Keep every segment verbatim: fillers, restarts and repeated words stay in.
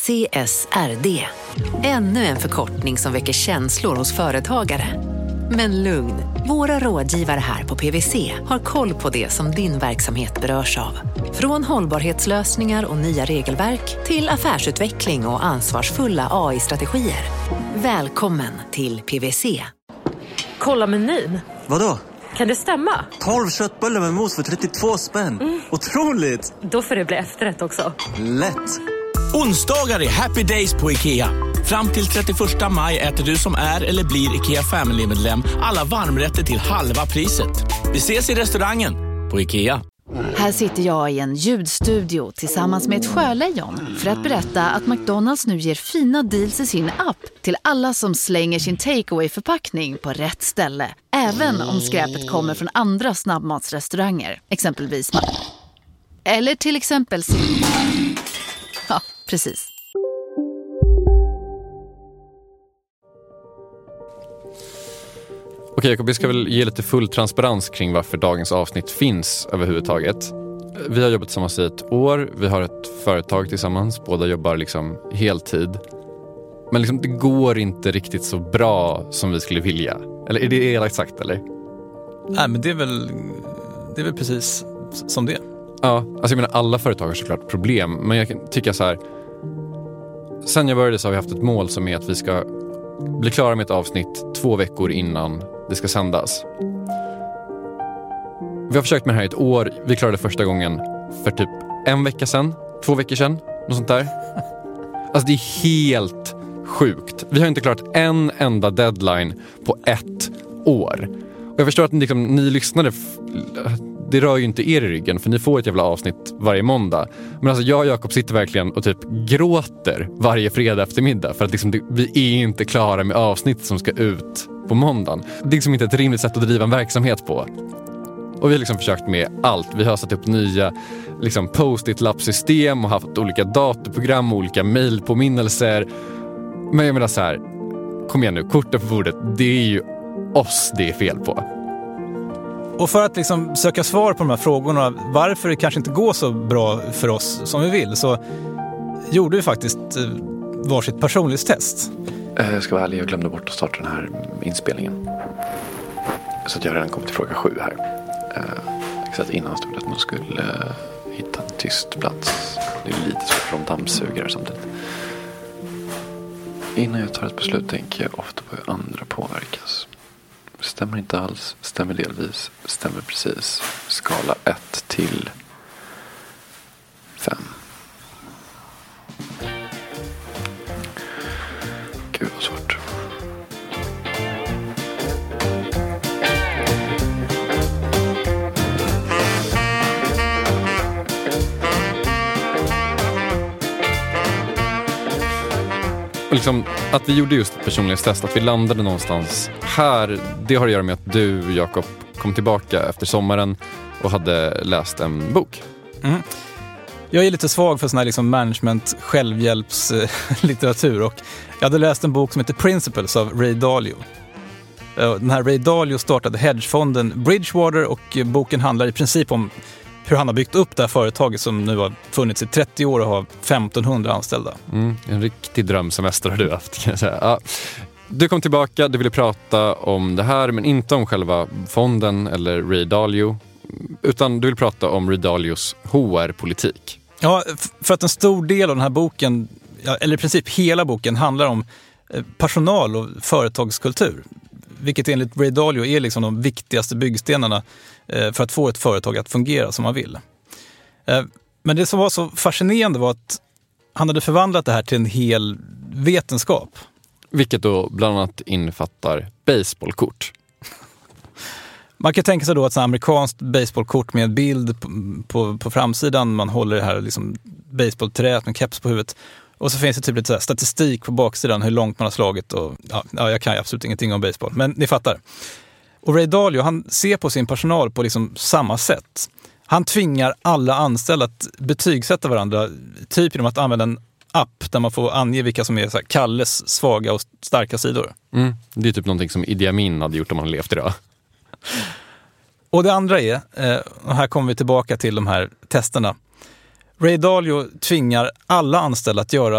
C S R D. Ännu en förkortning som väcker känslor hos företagare. Men lugn, våra rådgivare här på P W C har koll på det som din verksamhet berörs av. Från hållbarhetslösningar och nya regelverk till affärsutveckling och ansvarsfulla A I-strategier. Välkommen till P W C. Kolla menyn. Vadå? Kan det stämma? tolv köttbullar med mos för trettiotvå spänn. Mm. Otroligt! Då får det bli efterrätt också. Lätt! Onsdagar är happy days på IKEA. Fram till trettioförsta maj äter du som är eller blir IKEA Family-medlem alla varmrätter till halva priset. Vi ses i restaurangen på IKEA. Här sitter jag i en ljudstudio tillsammans med ett sjölejon för att berätta att McDonald's nu ger fina deals i sin app till alla som slänger sin takeaway-förpackning på rätt ställe. Även om skräpet kommer från andra snabbmatsrestauranger, exempelvis. Eller till exempel... Ja, precis. Okej, Jakob, vi ska väl ge lite full transparens kring varför dagens avsnitt finns överhuvudtaget. Vi har jobbat tillsammans i ett år, vi har ett företag tillsammans, båda jobbar liksom heltid. Men liksom, det går inte riktigt så bra som vi skulle vilja. Eller är det elakt sagt, eller? Nej, men det är väl, det är väl precis som det. Ja, alltså jag menar, alla företag har såklart problem. Men jag kan tycka så här, sen jag började så har vi haft ett mål som är att vi ska bli klara med ett avsnitt två veckor innan det ska sändas. Vi har försökt med det här i ett år. Vi klarade första gången för typ en vecka sedan, två veckor sedan, något sånt där. Alltså det är helt sjukt. Vi har inte klarat en enda deadline på ett år. Och jag förstår att ni, liksom, ni lyssnade, det rör ju inte er i ryggen för ni får ett jävla avsnitt varje måndag. Men alltså jag och Jakob sitter verkligen och typ gråter varje fredag eftermiddag för att liksom, det, vi är inte klara med avsnitt som ska ut på måndagen. Det är liksom inte ett rimligt sätt att driva en verksamhet på. Och vi har liksom försökt med allt. Vi har satt upp nya liksom, post-it-lappsystem och haft olika datorprogram och olika mejlpåminnelser. Men jag menar så här, kom igen nu, korten på bordet, det är ju oss det är fel på. Och för att liksom söka svar på de här frågorna, varför det kanske inte går så bra för oss som vi vill, så gjorde vi faktiskt varsitt personlighetstest. Jag ska vara ärlig, jag glömde bort att starta den här inspelningen. Så att jag redan kom till fråga sju här. Så att innan stod det att man skulle hitta en tyst plats. Det är lite svårt från dammsugare samtidigt. Innan jag tar ett beslut tänker jag ofta på hur andra påverkas. Stämmer inte alls, stämmer delvis, stämmer precis. Skala ett till fem. Gud vad svårt. Och liksom, att vi gjorde just ett personlighetstest, att vi landade någonstans här, det har att göra med att du, Jakob, kom tillbaka efter sommaren och hade läst en bok. Mm. Jag är lite svag för sån här liksom management, självhjälpslitteratur och jag hade läst en bok som heter Principles av Ray Dalio. Den här Ray Dalio startade hedgefonden Bridgewater och boken handlar i princip om hur han har byggt upp det här företaget som nu har funnits i trettio år och har femtonhundra anställda. Mm, en riktig drömsemester har du haft, kan jag säga. Ja. Du kom tillbaka, du ville prata om det här, men inte om själva fonden eller Ray Dalio, utan du vill prata om Ray Dalios H R-politik. Ja, för att en stor del av den här boken, eller i princip hela boken, handlar om personal och företagskultur. Vilket enligt Ray Dalio är liksom de viktigaste byggstenarna för att få ett företag att fungera som man vill. Men det som var så fascinerande var att han hade förvandlat det här till en hel vetenskap. Vilket då bland annat innefattar baseballkort. Man kan tänka sig då att ett amerikanskt baseballkort med en bild på, på, på framsidan, man håller det här liksom baseballträet med keps på huvudet. Och så finns det typ lite så här statistik på baksidan hur långt man har slagit. Och, ja, jag kan ju absolut ingenting om baseball, men ni fattar. Och Ray Dalio, han ser på sin personal på liksom samma sätt. Han tvingar alla anställda att betygsätta varandra, typ genom att använda en app där man får ange vilka som är så här Kalles svaga och starka sidor. Mm, det är typ någonting som Idi Amin hade gjort om han levt idag. Och det andra är, och här kommer vi tillbaka till de här testerna. Ray Dalio tvingar alla anställda att göra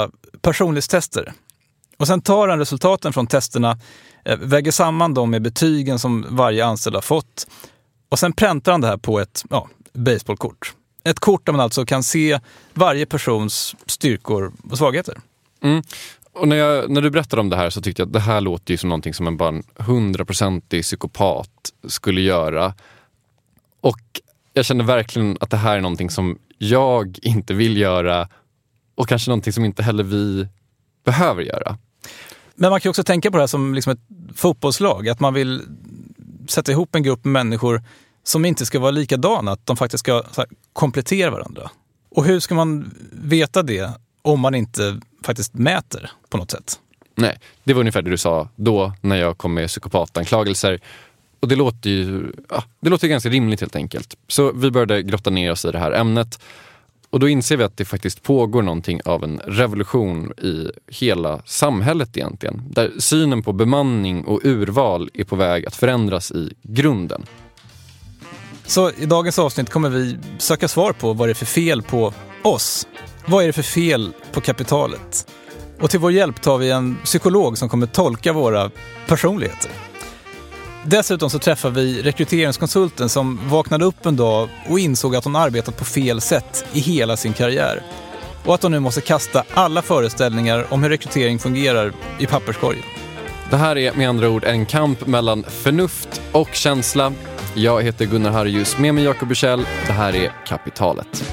personlighetstester. Och sen tar han resultaten från testerna, eh, väger samman dem med betygen som varje anställd har fått. Och sen präntar han det här på ett ja, baseballkort. Ett kort där man alltså kan se varje persons styrkor och svagheter. Mm. Och när, jag, när du berättade om det här så tyckte jag att det här låter ju som någonting som en bara hundraprocentig psykopat skulle göra. Och jag känner verkligen att det här är någonting som jag inte vill göra och kanske någonting som inte heller vi behöver göra. Men man kan ju också tänka på det här som liksom ett fotbollslag. Att man vill sätta ihop en grupp människor som inte ska vara likadana. Att de faktiskt ska så här, komplettera varandra. Och hur ska man veta det om man inte faktiskt mäter på något sätt? Nej, det var ungefär det du sa då när jag kom med psykopatanklagelser. Och det låter ju ja, det låter ganska rimligt helt enkelt. Så vi började grotta ner oss i det här ämnet. Och då inser vi att det faktiskt pågår någonting av en revolution i hela samhället egentligen. Där synen på bemanning och urval är på väg att förändras i grunden. Så i dagens avsnitt kommer vi söka svar på vad det är för fel på oss. Vad är det för fel på kapitalet? Och till vår hjälp tar vi en psykolog som kommer tolka våra personligheter. Dessutom så träffar vi rekryteringskonsulten som vaknade upp en dag och insåg att hon arbetat på fel sätt i hela sin karriär. Och att hon nu måste kasta alla föreställningar om hur rekrytering fungerar i papperskorgen. Det här är med andra ord en kamp mellan förnuft och känsla. Jag heter Gunnar Harjus, med mig Jakob Bursell. Det här är Kapitalet.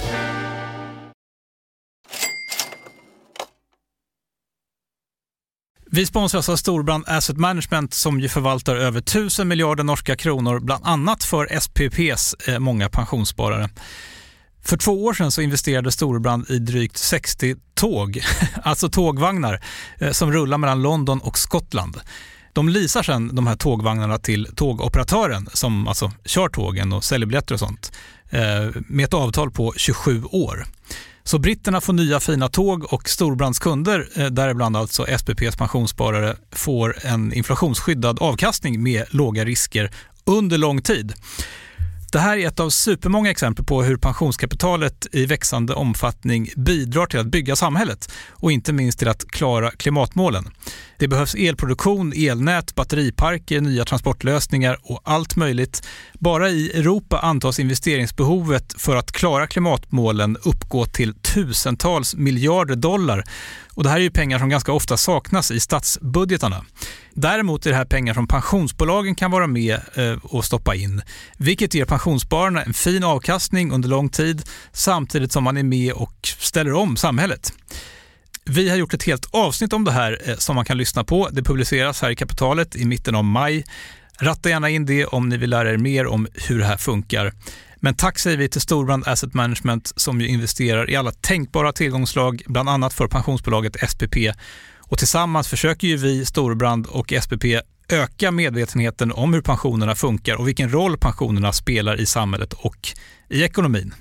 Vi sponsras av Storebrand Asset Management som ju förvaltar över tusen miljarder norska kronor bland annat för S P P:s eh, många pensionssparare. För två år sedan så investerade Storebrand i drygt sextio tåg, alltså tågvagnar eh, som rullar mellan London och Skottland. De leasar sedan de här tågvagnarna till tågoperatören som alltså kör tågen och säljer biljetter och sånt eh, med ett avtal på tjugosju år. Så britterna får nya fina tåg och Storebrands kunder, eh, däribland alltså S P P:s pensionssparare, får en inflationsskyddad avkastning med låga risker under lång tid. Det här är ett av supermånga exempel på hur pensionskapitalet i växande omfattning bidrar till att bygga samhället och inte minst till att klara klimatmålen. Det behövs elproduktion, elnät, batteriparker, nya transportlösningar och allt möjligt. Bara i Europa antas investeringsbehovet för att klara klimatmålen uppgå till tusentals miljarder dollar. Och det här är ju pengar som ganska ofta saknas i statsbudgetarna. Däremot är det här pengar som pensionsbolagen kan vara med eh, och stoppa in. Vilket ger pensionsspararna en fin avkastning under lång tid samtidigt som man är med och ställer om samhället. Vi har gjort ett helt avsnitt om det här eh, som man kan lyssna på. Det publiceras här i Kapitalet i mitten av maj. Ratta gärna in det om ni vill lära er mer om hur det här funkar. Men tack säger vi till Storebrand Asset Management som ju investerar i alla tänkbara tillgångslag, bland annat för pensionsbolaget S P P. Och tillsammans försöker ju vi, Storebrand och S P P, öka medvetenheten om hur pensionerna funkar och vilken roll pensionerna spelar i samhället och i ekonomin.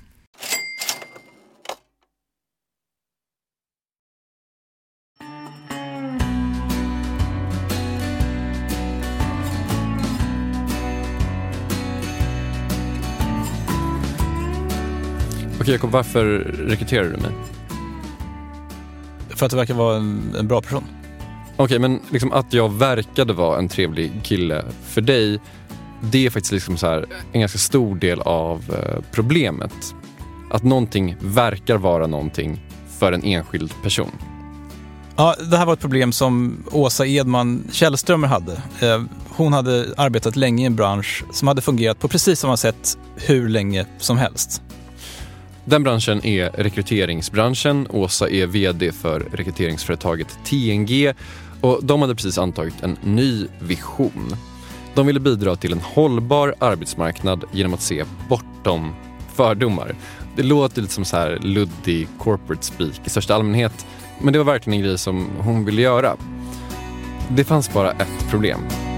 Okej Jakob, varför rekryterar du mig? För att det verkar vara en, en bra person. Okej, men liksom att jag verkade vara en trevlig kille för dig, det är faktiskt liksom så här en ganska stor del av eh, problemet. Att någonting verkar vara någonting för en enskild person. Ja, det här var ett problem som Åsa Edman Källströmer hade. Eh, hon hade arbetat länge i en bransch som hade fungerat på precis samma sätt hur länge som helst. Den branschen är rekryteringsbranschen. Åsa är vd för rekryteringsföretaget T N G och de hade precis antagit en ny vision. De ville bidra till en hållbar arbetsmarknad genom att se bortom fördomar. Det låter lite som så här luddig corporate speak i största allmänhet, men det var verkligen en grej som hon ville göra. Det fanns bara ett problem.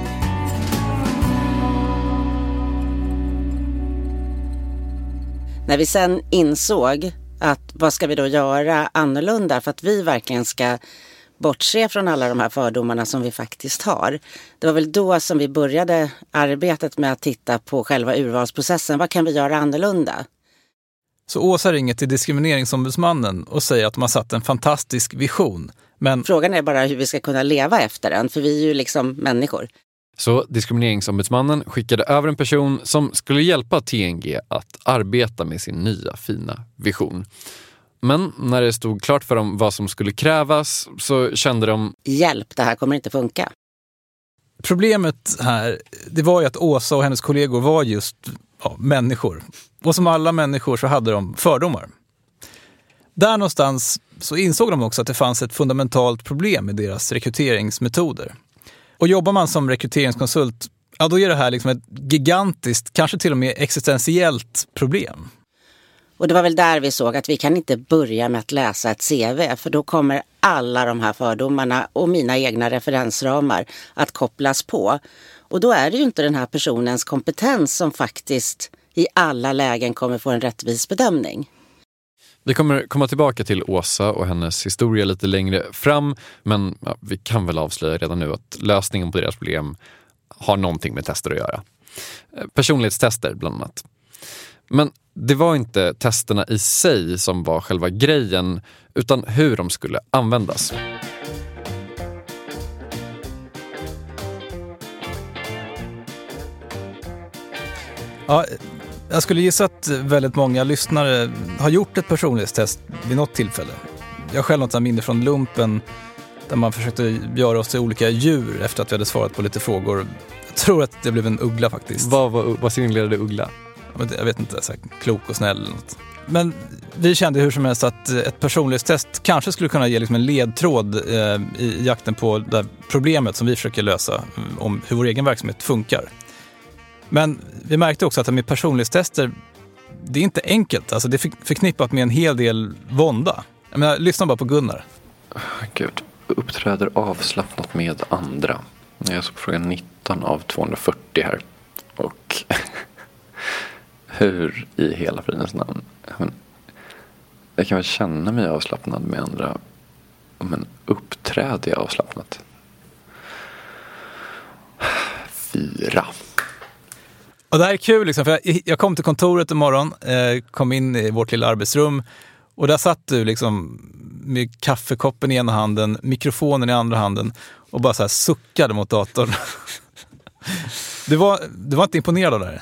När vi sen insåg att vad ska vi då göra annorlunda för att vi verkligen ska bortse från alla de här fördomarna som vi faktiskt har. Det var väl då som vi började arbetet med att titta på själva urvalsprocessen. Vad kan vi göra annorlunda? Så Åsa ringer till diskrimineringsombudsmannen och säger att de har satt en fantastisk vision. Men frågan är bara hur vi ska kunna leva efter den, för vi är ju liksom människor. Så diskrimineringsombudsmannen skickade över en person som skulle hjälpa T N G att arbeta med sin nya fina vision. Men när det stod klart för dem vad som skulle krävas så kände de... Hjälp, det här kommer inte funka. Problemet här, det var ju att Åsa och hennes kollegor var just ja, människor. Och som alla människor så hade de fördomar. Där någonstans så insåg de också att det fanns ett fundamentalt problem med deras rekryteringsmetoder. Och jobbar man som rekryteringskonsult, ja då är det här liksom ett gigantiskt, kanske till och med existentiellt problem. Och det var väl där vi såg att vi kan inte börja med att läsa ett C V, för då kommer alla de här fördomarna och mina egna referensramar att kopplas på. Och då är det ju inte den här personens kompetens som faktiskt i alla lägen kommer få en rättvis bedömning. Vi kommer komma tillbaka till Åsa och hennes historia lite längre fram, men ja, vi kan väl avslöja redan nu att lösningen på deras problem har någonting med tester att göra. Personlighetstester bland annat. Men det var inte testerna i sig som var själva grejen, utan hur de skulle användas. Ja, jag skulle gissa att väldigt många lyssnare har gjort ett personlighetstest vid något tillfälle. Jag själv har något minne från lumpen där man försökte göra oss till olika djur efter att vi hade svarat på lite frågor. Jag tror att det blev en uggla faktiskt. Vad, vad, vad signalerade uggla? Jag vet inte, så här, klok och snäll eller något. Men vi kände hur som helst att ett personlighetstest kanske skulle kunna ge liksom en ledtråd eh, i jakten på det problemet som vi försöker lösa om hur vår egen verksamhet funkar. Men vi märkte också att med personlighetstester, det är inte enkelt. Alltså det är förknippat med en hel del vånda. Jag menar, lyssna bara på Gunnar. Gud, uppträder avslappnat med andra. Jag är så på fråga nitton av tvåhundrafyrtio här. Och hur i hela fridens namn? Men jag kan väl känna mig avslappnad med andra, men uppträder jag avslappnat? Fyra. Och det här är kul liksom, för jag, jag kom till kontoret imorgon, eh, kom in i vårt lilla arbetsrum och där satt du liksom med kaffekoppen i ena handen, mikrofonen i andra handen och bara så här suckade mot datorn. Du var, du var inte imponerad av det här?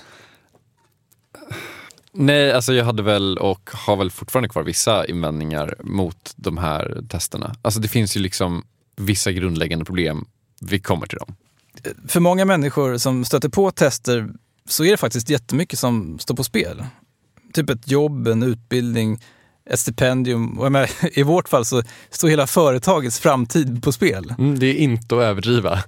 Nej, alltså jag hade väl och har väl fortfarande kvar vissa invändningar mot de här testerna. Alltså det finns ju liksom vissa grundläggande problem. Vi kommer till dem. För många människor som stöter på tester så är det faktiskt jättemycket som står på spel. Typ ett jobb, en utbildning, ett stipendium. Och jag menar, i vårt fall så står hela företagets framtid på spel. Mm, det är inte att överdriva.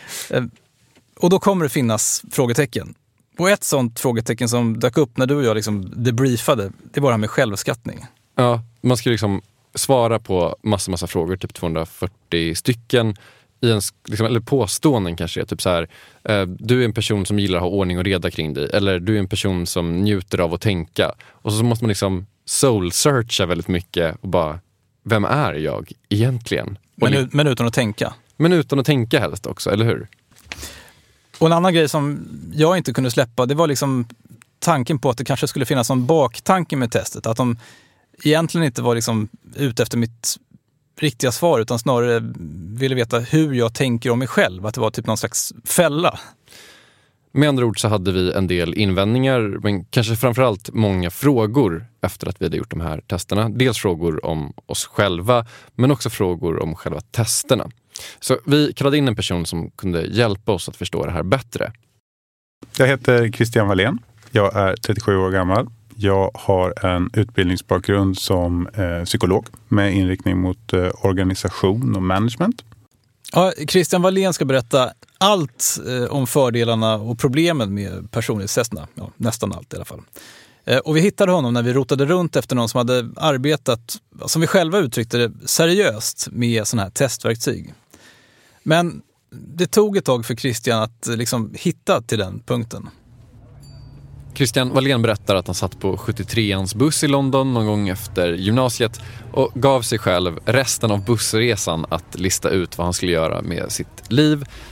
Och då kommer det finnas frågetecken. Och ett sånt frågetecken som dök upp när du och jag liksom debriefade, det var det här med självskattning. Ja, man ska liksom svara på massa, massa frågor, typ tvåhundrafyrtio stycken. I en, liksom, eller påståenden kanske är typ så här, eh, du är en person som gillar att ha ordning och reda kring dig, eller du är en person som njuter av att tänka, och så måste man liksom soul-searcha väldigt mycket och bara, vem är jag egentligen? Men, li- men utan att tänka. Men utan att tänka helst också, eller hur? Och en annan grej som jag inte kunde släppa, det var liksom tanken på att det kanske skulle finnas någon baktanke med testet, att de egentligen inte var liksom ute efter mitt riktiga svar, utan snarare ville veta hur jag tänker om mig själv. Att det var typ någon slags fälla. Med andra ord så hade vi en del invändningar, men kanske framförallt många frågor efter att vi hade gjort de här testerna. Dels frågor om oss själva, men också frågor om själva testerna. Så vi kallade in en person som kunde hjälpa oss att förstå det här bättre. Jag heter Christian Wallén. Jag är trettiosju år gammal. Jag har en utbildningsbakgrund som eh, psykolog med inriktning mot eh, organisation och management. Ja, Christian Wallén ska berätta allt eh, om fördelarna och problemen med personlighetstesterna. Ja, nästan allt i alla fall. Eh, och vi hittade honom när vi rotade runt efter någon som hade arbetat, som vi själva uttryckte det, seriöst med sådana här testverktyg. Men det tog ett tag för Christian att liksom hitta till den punkten. Christian Wallén berättar att han satt på sjuttiotreans buss i London någon gång efter gymnasiet och gav sig själv resten av bussresan att lista ut vad han skulle göra med sitt liv.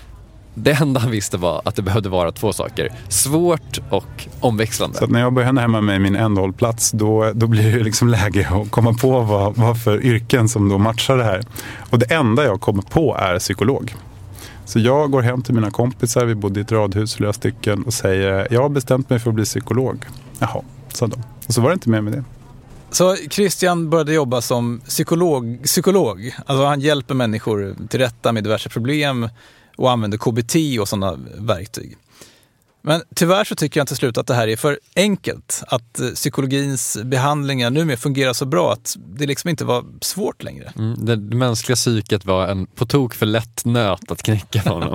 Det enda han visste var att det behövde vara två saker. Svårt och omväxlande. Så att när jag började hemma med min ändhållplats då, då blir det liksom läge att komma på vad, vad för yrken som då matchar det här. Och det enda jag kommer på är psykolog. Så jag går hem till mina kompisar, vi bodde i ett radhus flera stycken, och säger jag har bestämt mig för att bli psykolog. Jaha, sa de. Och så var det inte mer med det. Så Christian började jobba som psykolog, psykolog. Alltså han hjälper människor till rätta med diverse problem och använder K B T och sådana verktyg. Men tyvärr så tycker jag till slut att det här är för enkelt. Att psykologins behandlingar numera fungerar så bra att det liksom inte var svårt längre. Mm, det, det mänskliga psyket var en på tok för lätt nöt att knäcka för honom.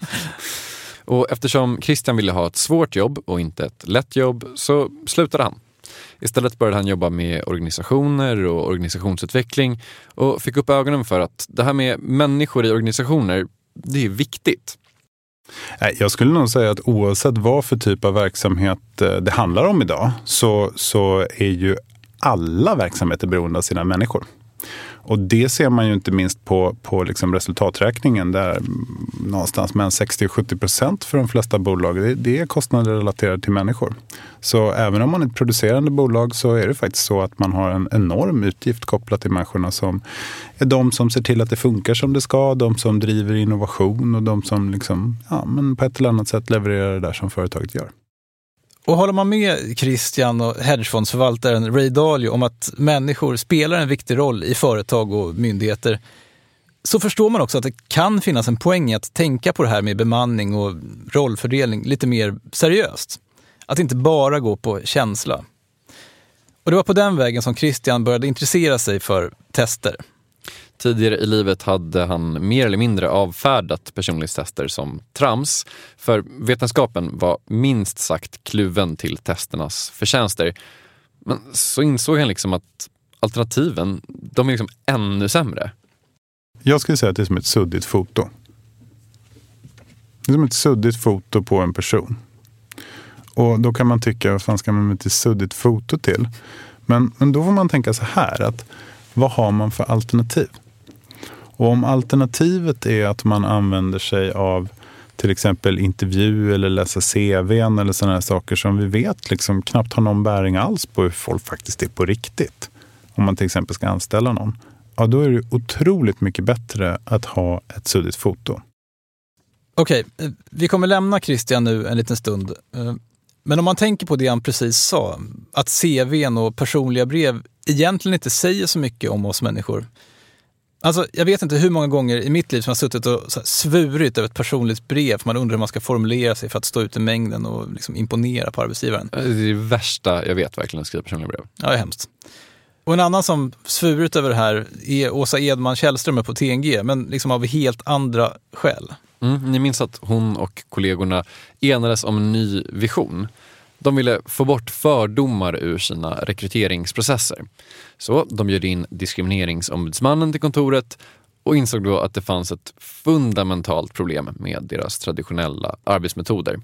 Och eftersom Christian ville ha ett svårt jobb och inte ett lätt jobb så slutade han. Istället började han jobba med organisationer och organisationsutveckling och fick upp ögonen för att det här med människor i organisationer, det är viktigt. Jag skulle nog säga att oavsett vad för typ av verksamhet det handlar om idag så, så är ju alla verksamheter beroende av sina människor. Och det ser man ju inte minst på, på liksom resultaträkningen där någonstans mellan sextio till sjuttio procent för de flesta bolag, det, det är kostnader relaterade till människor. Så även om man är ett producerande bolag så är det faktiskt så att man har en enorm utgift kopplat till människorna som är de som ser till att det funkar som det ska, de som driver innovation och de som liksom, ja, men på ett eller annat sätt levererar det där som företaget gör. Och håller man med Christian och hedgefondsförvaltaren Ray Dalio om att människor spelar en viktig roll i företag och myndigheter, så förstår man också att det kan finnas en poäng i att tänka på det här med bemanning och rollfördelning lite mer seriöst. Att inte bara gå på känsla. Och det var på den vägen som Christian började intressera sig för tester. Tidigare i livet hade han mer eller mindre avfärdat personlighetstester som trams, för vetenskapen var minst sagt kluven till testernas förtjänster. Men så insåg han liksom att alternativen, de är liksom ännu sämre. Jag skulle säga att det är som ett suddigt foto. Det är som ett suddigt foto på en person. Och då kan man tycka, vad fan ska man med ett suddigt foto till? Men, men då får man tänka så här, att vad har man för alternativ? Och om alternativet är att man använder sig av till exempel intervju eller läsa C V:n eller sådana här saker som vi vet liksom knappt har någon bäring alls på hur folk faktiskt är på riktigt. Om man till exempel ska anställa någon. Ja, då är det otroligt mycket bättre att ha ett suddigt foto. Okej, vi kommer lämna Christian nu en liten stund. Men om man tänker på det han precis sa, att C V:n och personliga brev egentligen inte säger så mycket om oss människor. Alltså, jag vet inte hur många gånger i mitt liv som jag har suttit och så här svurit över ett personligt brev för man undrar hur man ska formulera sig för att stå ut i mängden och liksom imponera på arbetsgivaren. Det är det värsta jag vet verkligen, att skriva personliga brev. Ja, det är hemskt. Och en annan som svurit över det här är Åsa Edman Källström på T N G, men liksom av helt andra skäl. Mm, ni minns att hon och kollegorna enades om en ny vision. De ville få bort fördomar ur sina rekryteringsprocesser. Så de bjöd in diskrimineringsombudsmannen till kontoret och insåg då att det fanns ett fundamentalt problem med deras traditionella arbetsmetoder.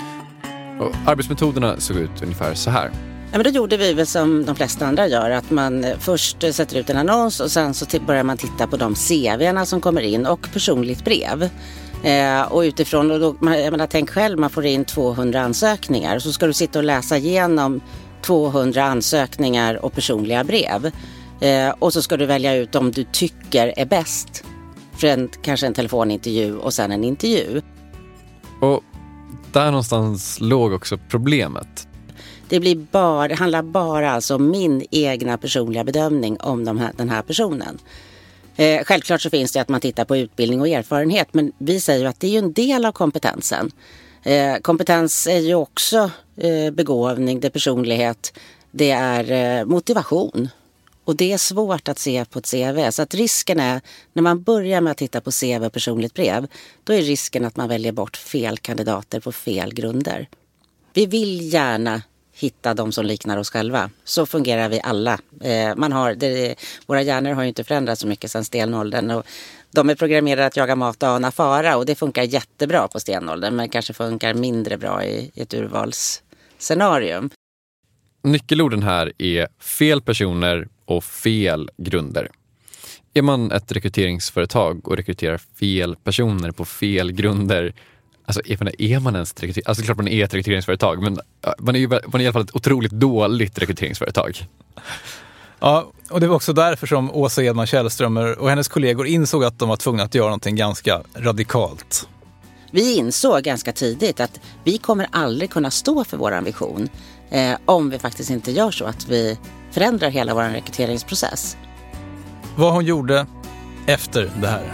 Och arbetsmetoderna såg ut ungefär så här. Ja, men då gjorde vi väl som de flesta andra gör, att man först sätter ut en annons och sen så börjar man titta på de C V:na som kommer in och personligt brev. Eh, och utifrån, och då, jag menar, tänk själv, man får in tvåhundra ansökningar, så ska du sitta och läsa igenom tvåhundra ansökningar och personliga brev. Eh, och så ska du välja ut om du tycker är bäst. För en, kanske en telefonintervju och sen en intervju. Och där någonstans låg också problemet. Det blir bara, det handlar bara alltså om min egna personliga bedömning om de här, den här personen. Eh, självklart så finns det att man tittar på utbildning och erfarenhet, men vi säger ju att det är ju en del av kompetensen. Eh, kompetens är ju också eh, begåvning, det är personlighet, det är eh, motivation. Och det är svårt att se på ett C V. Så att risken är, när man börjar med att titta på C V och personligt brev, då är risken att man väljer bort fel kandidater på fel grunder. Vi vill gärna hitta de som liknar oss själva. Så fungerar vi alla. Eh, man har, det, våra hjärnor har ju inte förändrats så mycket sedan stenåldern. Och de är programmerade att jaga mat och ana fara. Och det funkar jättebra på stenåldern. Men kanske funkar mindre bra i, i ett urvalsscenarium. Nyckelorden här är fel personer och fel grunder. Är man ett rekryteringsföretag och rekryterar fel personer på fel grunder, alltså är man ens ett rekryter- alltså klart man är ett rekryteringsföretag, men man är ju man är i alla fall ett otroligt dåligt rekryteringsföretag. Ja, och det var också därför som Åsa Edman Källströmer och hennes kollegor insåg att de var tvungna att göra någonting ganska radikalt. Vi insåg ganska tidigt att vi kommer aldrig kunna stå för vår vision eh, om vi faktiskt inte gör så att vi förändrar hela vår rekryteringsprocess. Vad hon gjorde efter det här.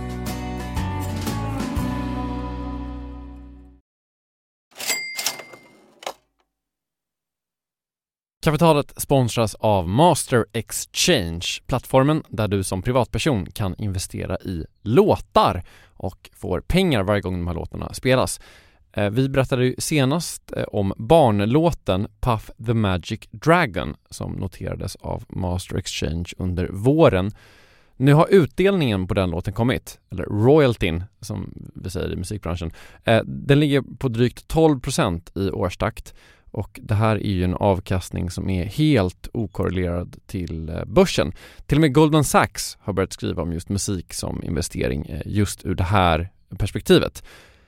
Kapitalet sponsras av Master Exchange, plattformen där du som privatperson kan investera i låtar och får pengar varje gång de här låtarna spelas. Vi berättade ju senast om barnlåten Puff the Magic Dragon som noterades av Master Exchange under våren. Nu har utdelningen på den låten kommit, eller royaltyn som vi säger i musikbranschen. Den ligger på drygt tolv procent i årstakt. Och det här är ju en avkastning som är helt okorrelerad till börsen. Till och med Goldman Sachs har börjat skriva om just musik som investering just ur det här perspektivet.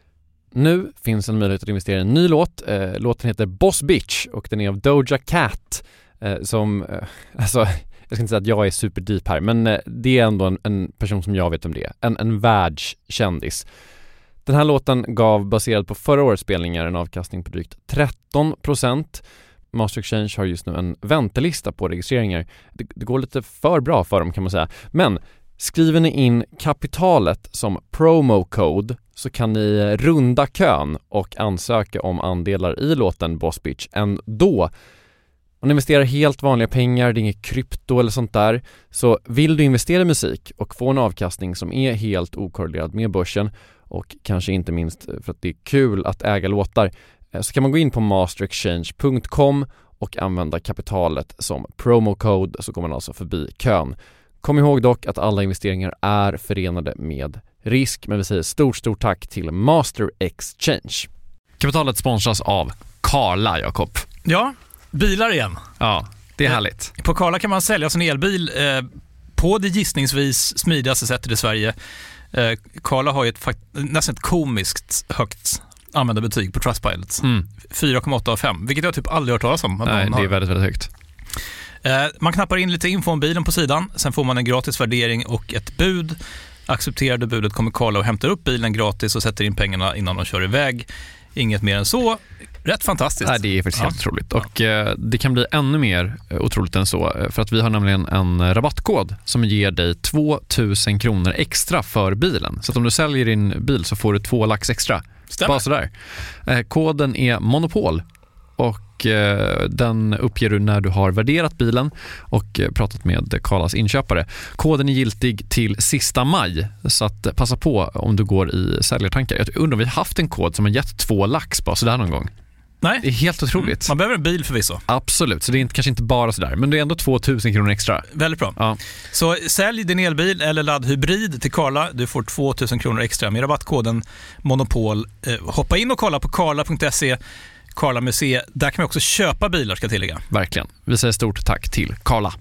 Nu finns en möjlighet att investera i en ny låt. Låten heter Boss Bitch och den är av Doja Cat som, alltså jag ska inte säga att jag är superdeep här, men det är ändå en, en person som jag vet om det är. En, en världskändis. Den här låten gav, baserad på förra årets spelningar, en avkastning på drygt tretton procent. Master Exchange har just nu en väntelista på registreringar. Det, det går lite för bra för dem kan man säga. Men skriver ni in kapitalet som promo code så kan ni runda kön och ansöka om andelar i låten Boss Bitch ändå. Om ni investerar helt vanliga pengar, det är inget krypto eller sånt där, så vill du investera i musik och få en avkastning som är helt okorrelerad med börsen och kanske inte minst för att det är kul att äga låtar, så kan man gå in på master exchange punkt com och använda kapitalet som promo code, så går man alltså förbi kön. Kom ihåg dock att alla investeringar är förenade med risk, men vi säger stort, stort tack till Master Exchange. Kapitalet sponsras av Carla, Jakob. Ja, bilar igen. Ja, det är härligt. På Carla kan man sälja sin elbil eh, på det gissningsvis smidigaste sättet i Sverige. Eh, Carla har ju ett, nästan ett komiskt högt användarbetyg på Trustpilot. Mm. fyra komma åtta av fem, vilket jag typ aldrig hört talas om. Nej, det är väldigt, väldigt högt. Eh, man knappar in lite info om bilen på sidan, sen får man en gratis värdering och ett bud. Accepterade budet kommer Carla och hämtar upp bilen gratis och sätter in pengarna innan de kör iväg. Inget mer än så. Rätt fantastiskt. Nej, det är faktiskt ja. helt otroligt. Och eh, det kan bli ännu mer otroligt än så. För att vi har nämligen en rabattkod som ger dig två tusen kronor extra för bilen. Så att om du säljer din bil så får du två lax extra. Stämmer. Bara sådär. Eh, koden är Monopol. Och eh, den uppger du när du har värderat bilen och eh, pratat med Carlas inköpare. Koden är giltig till sista maj, så att eh, passa på om du går i säljartankar. Jag undrar om vi har haft en kod som har gett två lax bara sådär någon gång. Nej. Det är helt otroligt. Mm. Man behöver en bil förvisso. Absolut, så det är inte, kanske inte bara sådär, men det är ändå två tusen kronor extra. Väldigt bra. Ja. Så sälj din elbil eller laddhybrid till Carla. Du får två tusen kronor extra med rabattkoden Monopol. Eh, hoppa in och kolla på carla punkt se. Carla Museet. Där kan vi också köpa bilar, ska tillägga. Verkligen. Vi säger stort tack till Carla.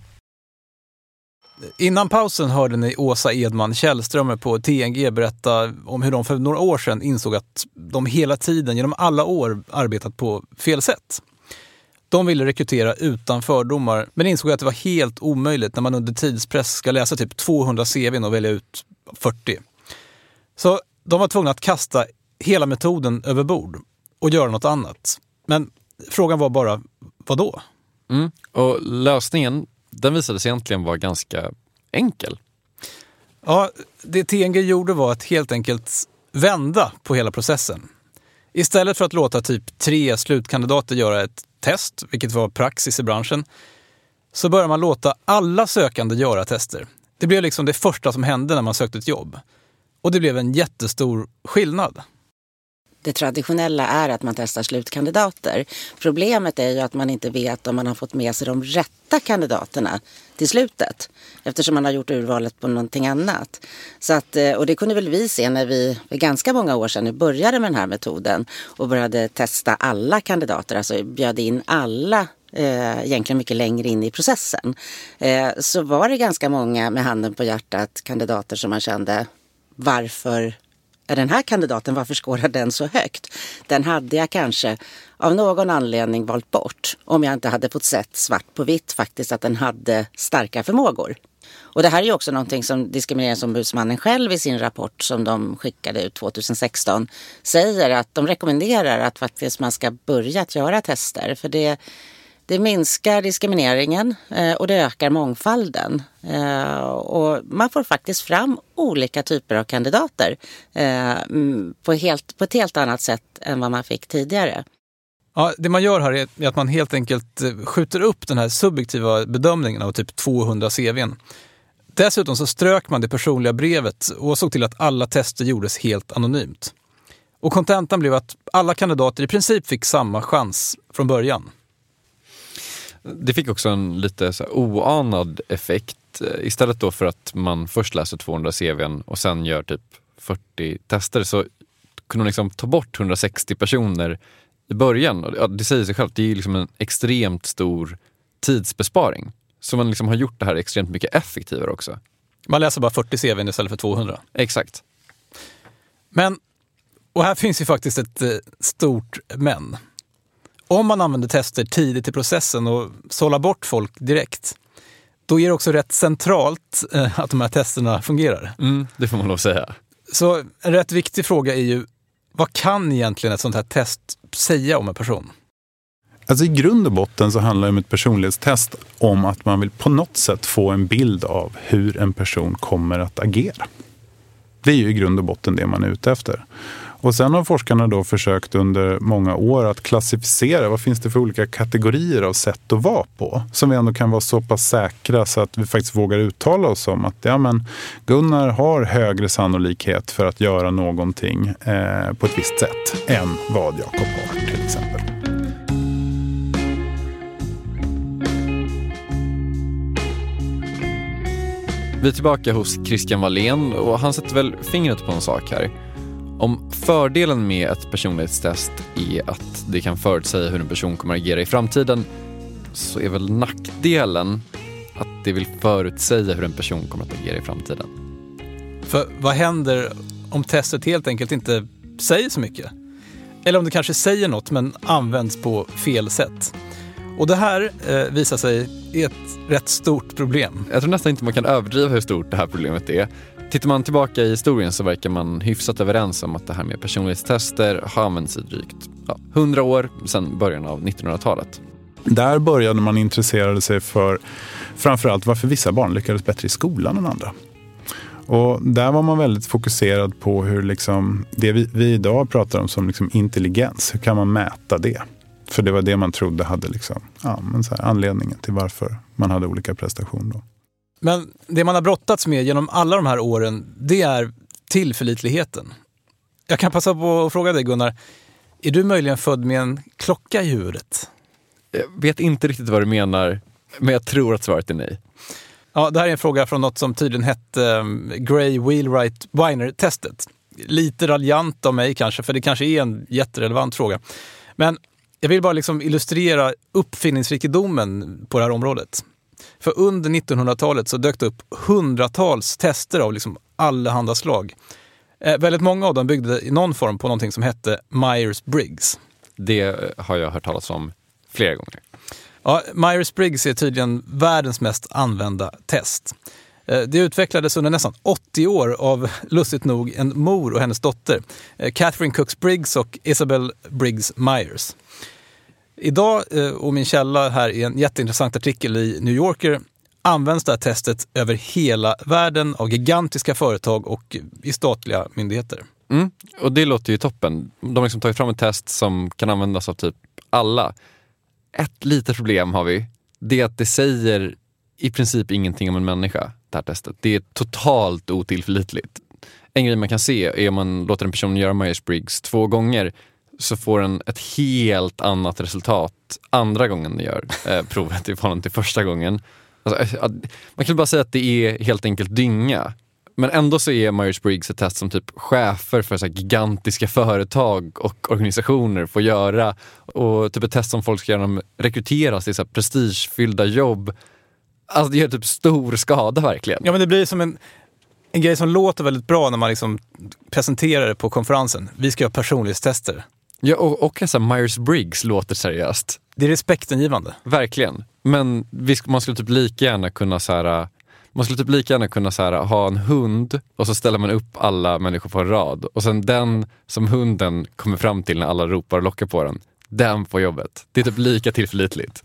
Innan pausen hörde ni Åsa Edman Källströmer på T N G berätta om hur de för några år sedan insåg att de hela tiden genom alla år arbetat på fel sätt. De ville rekrytera utan fördomar, men insåg att det var helt omöjligt när man under tidspress ska läsa typ tvåhundra C V:n och välja ut fyrtio. Så de var tvungna att kasta hela metoden över bord och göra något annat. Men frågan var bara, vad då? Mm. Och lösningen, den visade sig egentligen vara ganska enkel. Ja, det T N G gjorde var att helt enkelt vända på hela processen. Istället för att låta typ tre slutkandidater göra ett test, vilket var praxis i branschen, så började man låta alla sökande göra tester. Det blev liksom det första som hände när man sökte ett jobb. Och det blev en jättestor skillnad. Det traditionella är att man testar slutkandidater. Problemet är ju att man inte vet om man har fått med sig de rätta kandidaterna till slutet. Eftersom man har gjort urvalet på någonting annat. Så att, och det kunde väl vi se när vi för ganska många år sedan började med den här metoden. Och började testa alla kandidater. Alltså bjöd in alla eh, egentligen mycket längre in i processen, eh, så var det ganska många med handen på hjärtat kandidater som man kände, varför är den här kandidaten, varför skårar den så högt? Den hade jag kanske av någon anledning valt bort om jag inte hade fått sett svart på vitt faktiskt att den hade starka förmågor. Och det här är ju också någonting som Diskrimineringsombudsmannen själv i sin rapport som de skickade ut tjugohundrasexton säger att de rekommenderar att faktiskt man ska börja att göra tester. För det, det minskar diskrimineringen eh, och det ökar mångfalden. Eh, och man får faktiskt fram olika typer av kandidater eh, på, helt, på ett helt annat sätt än vad man fick tidigare. Ja, det man gör här är att man helt enkelt skjuter upp den här subjektiva bedömningen av typ tvåhundra C V:n. Dessutom så strök man det personliga brevet och såg till att alla tester gjordes helt anonymt. Och kontentan blev att alla kandidater i princip fick samma chans från början. Det fick också en lite så här oanad effekt. Istället då för att man först läser tvåhundra C V:n och sen gör typ fyrtio tester så kunde man liksom ta bort hundrasextio personer i början. Ja, det säger sig självt, det är liksom en extremt stor tidsbesparing. Så man liksom har gjort det här extremt mycket effektivare också. Man läser bara fyrtio C V:n istället för tvåhundra. Exakt. Men, och här finns ju faktiskt ett eh, stort men. Om man använder tester tidigt i processen och sållar bort folk direkt, då är det också rätt centralt eh, att de här testerna fungerar. Mm, det får man lov säga. Så en rätt viktig fråga är ju, vad kan egentligen ett sånt här test säga om en person? Alltså i grund och botten så handlar det om ett personlighetstest om att man vill på något sätt få en bild av hur en person kommer att agera. Det är ju i grund och botten det man är ute efter. Och sen har forskarna då försökt under många år att klassificera vad finns det för olika kategorier av sätt att vara på. Som vi ändå kan vara så pass säkra så att vi faktiskt vågar uttala oss om att ja, men Gunnar har högre sannolikhet för att göra någonting eh, på ett visst sätt än vad Jakob har till exempel. Vi är tillbaka hos Christian Wallén och han sätter väl fingret på en sak här. Om fördelen med ett personlighetstest är att det kan förutsäga hur en person kommer att agera i framtiden, så är väl nackdelen att det vill förutsäga hur en person kommer att agera i framtiden. För vad händer om testet helt enkelt inte säger så mycket? Eller om det kanske säger något men används på fel sätt? Och det här eh, visar sig är ett rätt stort problem. Jag tror nästan inte man kan överdriva hur stort det här problemet är. Tittar man tillbaka i historien så verkar man hyfsat överens om att det här med personlighetstester har använts i drygt ja, hundra år sedan början av nittonhundratalet. Där började man intressera sig för framförallt varför vissa barn lyckades bättre i skolan än andra. Och där var man väldigt fokuserad på hur liksom, det vi, vi idag pratar om som liksom intelligens, hur kan man mäta det? För det var det man trodde hade liksom, ja, men så här, anledningen till varför man hade olika prestationer då. Men det man har brottats med genom alla de här åren, det är tillförlitligheten. Jag kan passa på att fråga dig, Gunnar, är du möjligen född med en klocka i huvudet? Jag vet inte riktigt vad du menar, men jag tror att svaret är nej. Ja, det här är en fråga från något som tydligen hette um, Gray Wheelwright Weiner-testet. Lite raljant av mig kanske, för det kanske är en jätterelevant fråga. Men jag vill bara liksom illustrera uppfinningsrikedomen på det här området. För under nittonhundratalet så dök det upp hundratals tester av liksom allehanda slag. Eh, väldigt många av dem byggde i någon form på någonting som hette Myers-Briggs. Det har jag hört talas om flera gånger. Ja, Myers-Briggs är tydligen världens mest använda test. Eh, det utvecklades under nästan åttio år av, lustigt nog, en mor och hennes dotter. Eh, Catherine Cooks-Briggs och Isabel Briggs-Myers. Idag, och min källa här är en jätteintressant artikel i New Yorker, används det här testet över hela världen av gigantiska företag och i statliga myndigheter. Mm, och det låter ju toppen. De har liksom tagit fram ett test som kan användas av typ alla. Ett litet problem har vi. Det är att det säger i princip ingenting om en människa, det här testet. Det är totalt otillförlitligt. En grej man kan se är om man låter en person göra Myers-Briggs två gånger, så får den ett helt annat resultat andra gången den gör eh, provet i förhållande till första gången. Alltså, man kan bara säga att det är helt enkelt dynga. Men ändå så är Myers-Briggs ett test som typ chefer för så här gigantiska företag och organisationer får göra. Och typ ett test som folk ska göra när de rekryteras till så här prestigefyllda jobb. Alltså det gör typ stor skada verkligen. Ja, men det blir som en, en grej som låter väldigt bra när man liksom presenterar det på konferensen. Vi ska göra personlighetstester. Ja, och, och så här Myers-Briggs låter seriöst. Det är respektingivande. Verkligen. Men visst, man skulle typ lika gärna kunna så här, man skulle typ lika gärna kunna så här, ha en hund och så ställer man upp alla människor på en rad. Och sen den som hunden kommer fram till när alla ropar och lockar på den, den får jobbet. Det är typ lika tillförlitligt.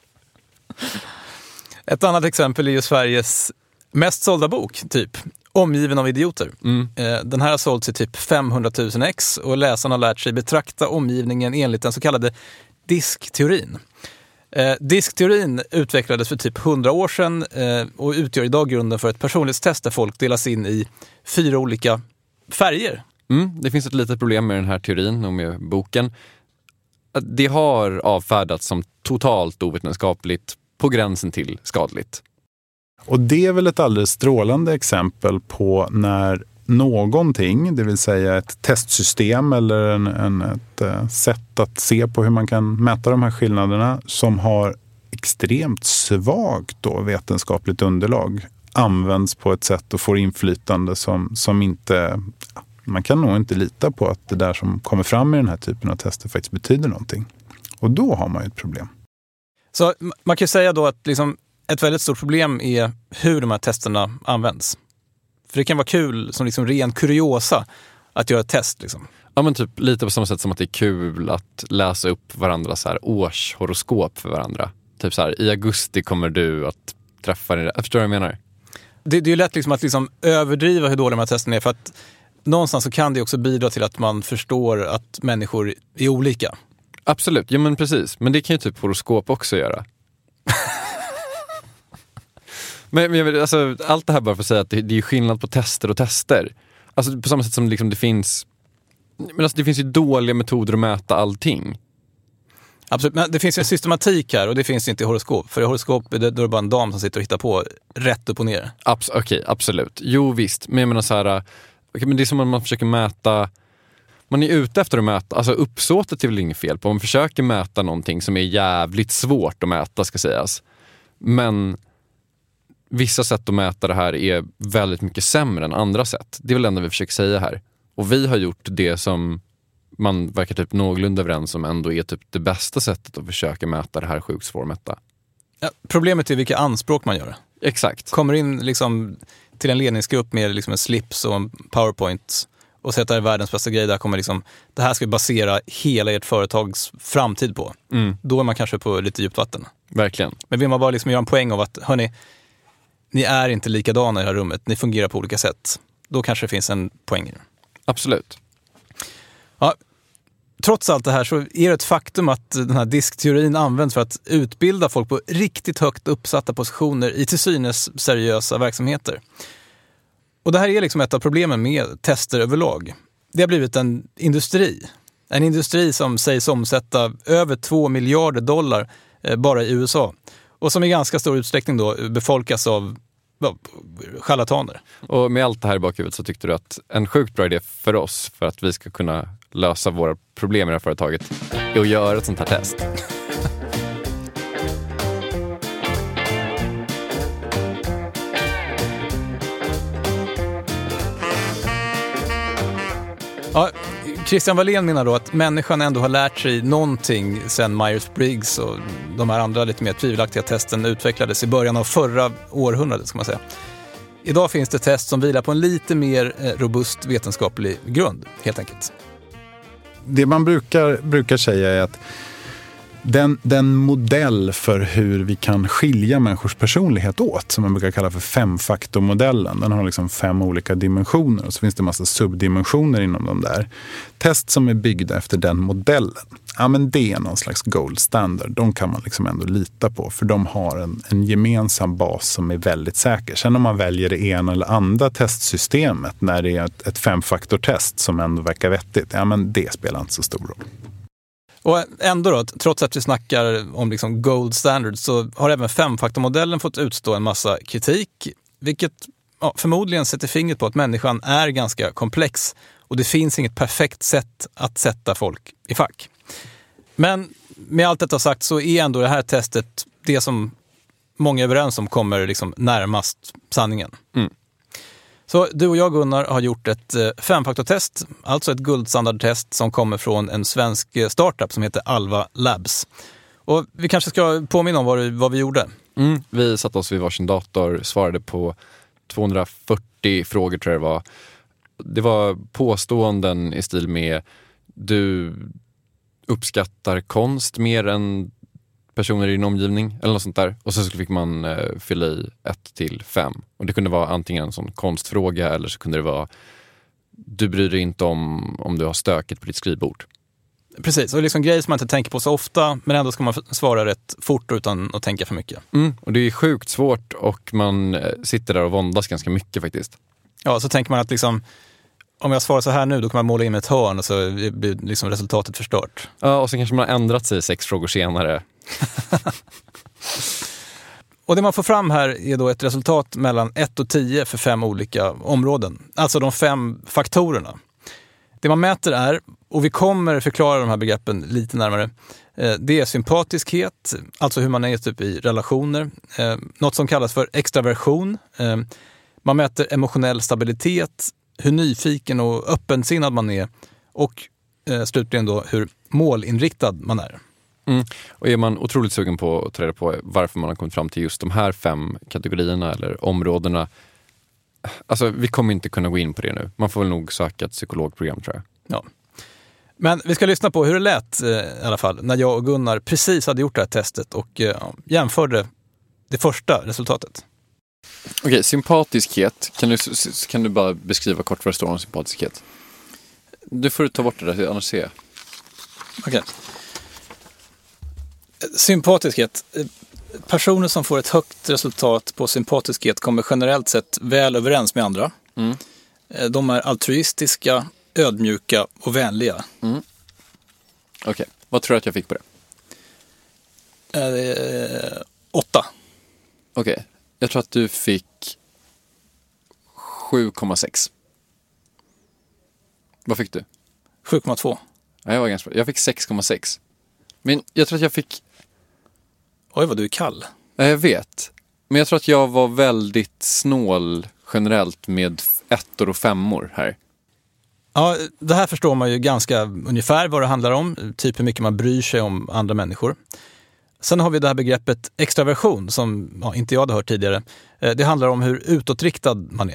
Ett annat exempel är ju Sveriges mest sålda bok, typ. Omgiven av idioter. Mm. Den här har sålts i typ femhundratusen ex och läsarna har lärt sig betrakta omgivningen enligt den så kallade diskteorin. Eh, diskteorin utvecklades för typ hundra år sedan eh, och utgör idag grunden för ett personlighetstest där folk delas in i fyra olika färger. Mm, det finns ett litet problem med den här teorin och med boken. Det har avfärdats som totalt ovetenskapligt på gränsen till skadligt. Och det är väl ett alldeles strålande exempel på när någonting, det vill säga ett testsystem eller en, en, ett uh, sätt att se på hur man kan mäta de här skillnaderna som har extremt svagt då vetenskapligt underlag används på ett sätt och får inflytande som, som inte, man kan nog inte lita på att det där som kommer fram i den här typen av tester faktiskt betyder någonting. Och då har man ju ett problem. Så man kan ju säga då att liksom ett väldigt stort problem är hur de här testerna används. För det kan vara kul som liksom ren kuriosa att göra ett test liksom. Ja, men typ lite på samma sätt som att det är kul att läsa upp varandras så här årshoroskop för varandra. Typ så här, i augusti kommer du att träffa dig. Jag förstår vad jag menar. Det, det är ju lätt liksom att liksom överdriva hur dåliga de här testerna är, för att någonstans så kan det också bidra till att man förstår att människor är olika. Absolut, ja men precis. Men det kan ju typ horoskop också göra. Men, men alltså, allt det här bara för att säga att det, det är skillnad på tester och tester. Alltså på samma sätt som liksom det finns, men alltså det finns ju dåliga metoder att mäta allting. Absolut, men det finns ju en systematik här och det finns inte i horoskop. För i horoskop är det, då är det bara en dam som sitter och hittar på rätt upp och ner. Abs- Okej, okay, absolut. Jo visst, men jag menar så här, okay, men det är som om man försöker mäta, man är ute efter att mäta, alltså uppsåtet är väl inget fel på. Man försöker mäta någonting som är jävligt svårt att mäta, ska sägas. Men vissa sätt att mäta det här är väldigt mycket sämre än andra sätt. Det är väl det enda vi försöker säga här. Och vi har gjort det som man verkar typ någorlunda överens om ändå är typ det bästa sättet att försöka mäta det här sjukt svårmätta. Ja, problemet är vilka anspråk man gör. Exakt. Kommer in liksom till en ledningsgrupp med liksom en slips och en PowerPoint och sätter i världens bästa grej, där kommer liksom, det här ska vi basera hela ert företags framtid på. Mm. Då är man kanske på lite djupt vatten. Verkligen. Men vill man bara liksom göra en poäng av att, hörni, ni är inte likadana i det här rummet, ni fungerar på olika sätt. Då kanske det finns en poäng i det. Absolut. Ja, trots allt det här så är det ett faktum att den här diskteorin används för att utbilda folk på riktigt högt uppsatta positioner i till synes seriösa verksamheter. Och det här är liksom ett av problemen med tester överlag. Det har blivit en industri. En industri som sägs omsätta över två miljarder dollar eh, bara i U S A. Och som i ganska stor utsträckning då befolkas av ja, charlataner. Och med allt det här i bakhuvudet så tyckte du att en sjukt bra idé för oss, för att vi ska kunna lösa våra problem i det här företaget, är att göra ett sånt här test. Ja, Christian Wallén menar då att människan ändå har lärt sig någonting sedan Myers-Briggs och de här andra lite mer tvivelaktiga testen utvecklades i början av förra århundradet, ska man säga. Idag finns det test som vilar på en lite mer robust vetenskaplig grund, helt enkelt. Det man brukar, brukar säga är att den, den modell för hur vi kan skilja människors personlighet åt, som man brukar kalla för femfaktormodellen, den har liksom fem olika dimensioner och så finns det en massa subdimensioner inom de där. Test som är byggda efter den modellen, ja men det är någon slags gold standard. De kan man liksom ändå lita på, för de har en, en gemensam bas som är väldigt säker. Sen om man väljer det ena eller andra testsystemet när det är ett, ett femfaktortest som ändå verkar vettigt, ja men det spelar inte så stor roll. Och ändå då, trots att vi snackar om liksom gold standard, så har även femfaktormodellen fått utstå en massa kritik, vilket ja, förmodligen sätter fingret på att människan är ganska komplex och det finns inget perfekt sätt att sätta folk i fack. Men med allt detta sagt så är ändå det här testet det som många är överens om kommer liksom närmast sanningen. Mm. Så du och jag, Gunnar, har gjort ett eh, femfaktortest, alltså ett guldstandardtest som kommer från en svensk eh, startup som heter Alva Labs. Och vi kanske ska påminna om vad, vad vi gjorde. Mm, vi satte oss vid varsin dator, svarade på tvåhundrafyrtio frågor tror jag det var. Det var påståenden i stil med du uppskattar konst mer än personer i din omgivning eller något sånt där. Och så fick man eh, fylla i ett till fem. Och det kunde vara antingen en sån konstfråga eller så kunde det vara du bryr dig inte om om du har stöket på ditt skrivbord. Precis, och liksom grejer som man inte tänker på så ofta men ändå ska man svara rätt fort utan att tänka för mycket. Mm, och det är sjukt svårt och man sitter där och våndas ganska mycket faktiskt. Ja, så tänker man att liksom om jag svarar så här nu då kan man måla in ett hörn och så blir liksom resultatet förstört. Ja, och sen kanske man har ändrat sig sex frågor senare. Och det man får fram här är då ett resultat mellan ett och tio för fem olika områden. Alltså de fem faktorerna. Det man mäter är, och vi kommer förklara de här begreppen lite närmare, det är sympatiskhet, alltså hur man är typ i relationer. Något som kallas för extraversion. Man mäter emotionell stabilitet, hur nyfiken och öppensinnad man är och slutligen då hur målinriktad man är. Mm. Och är man otroligt sugen på att ta reda på varför man har kommit fram till just de här fem kategorierna eller områdena, alltså vi kommer inte kunna gå in på det nu. Man får väl nog söka ett psykologprogram tror jag. Ja. Men vi ska lyssna på hur det lät eh, i alla fall när jag och Gunnar precis hade gjort det här testet och eh, jämförde det första resultatet. Okej, okay, sympatiskhet. Kan du, kan du bara beskriva kort vad det står om sympatiskhet? Du får ta bort det där, annars ser jag. Okej. Okay. Sympatiskhet. Personer som får ett högt resultat på sympatiskhet kommer generellt sett väl överens med andra. Mm. De är altruistiska, ödmjuka och vänliga. Mm. Okej, okay. Vad tror du att jag fick på det? Eh, åtta. Okej, okay. Jag tror att du fick sju komma sex. Vad fick du? sju komma två. Ja, jag var ganska bra. Jag fick sex komma sex. Men jag tror att jag fick... Oj, vad du är kall. Ja, jag vet. Men jag tror att jag var väldigt snål generellt med ettor och femmor här. Ja, det här förstår man ju ganska ungefär vad det handlar om. Typ hur mycket man bryr sig om andra människor. Sen har vi det här begreppet extraversion som ja, inte jag hade hört tidigare. Det handlar om hur utåtriktad man är.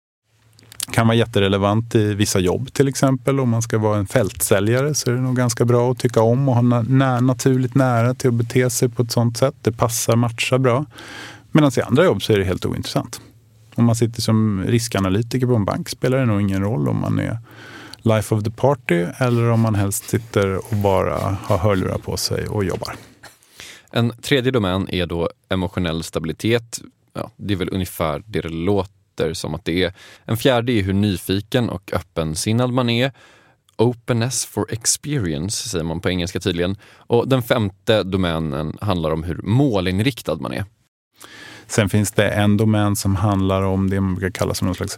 Kan vara jätterelevant i vissa jobb till exempel. Om man ska vara en fältsäljare så är det nog ganska bra att tycka om och ha nä- naturligt nära till att bete sig på ett sånt sätt. Det passar, matchar bra. Medan i andra jobb så är det helt ointressant. Om man sitter som riskanalytiker på en bank spelar det nog ingen roll om man är life of the party eller om man helst sitter och bara har hörlurar på sig och jobbar. En tredje domän är då emotionell stabilitet. Ja, det är väl ungefär det det låter som att det är. En fjärde är hur nyfiken och öppensinnad man är. Openness for experience säger man på engelska tydligen. Och den femte domänen handlar om hur målinriktad man är. Sen finns det en domän som handlar om det man brukar kalla som någon slags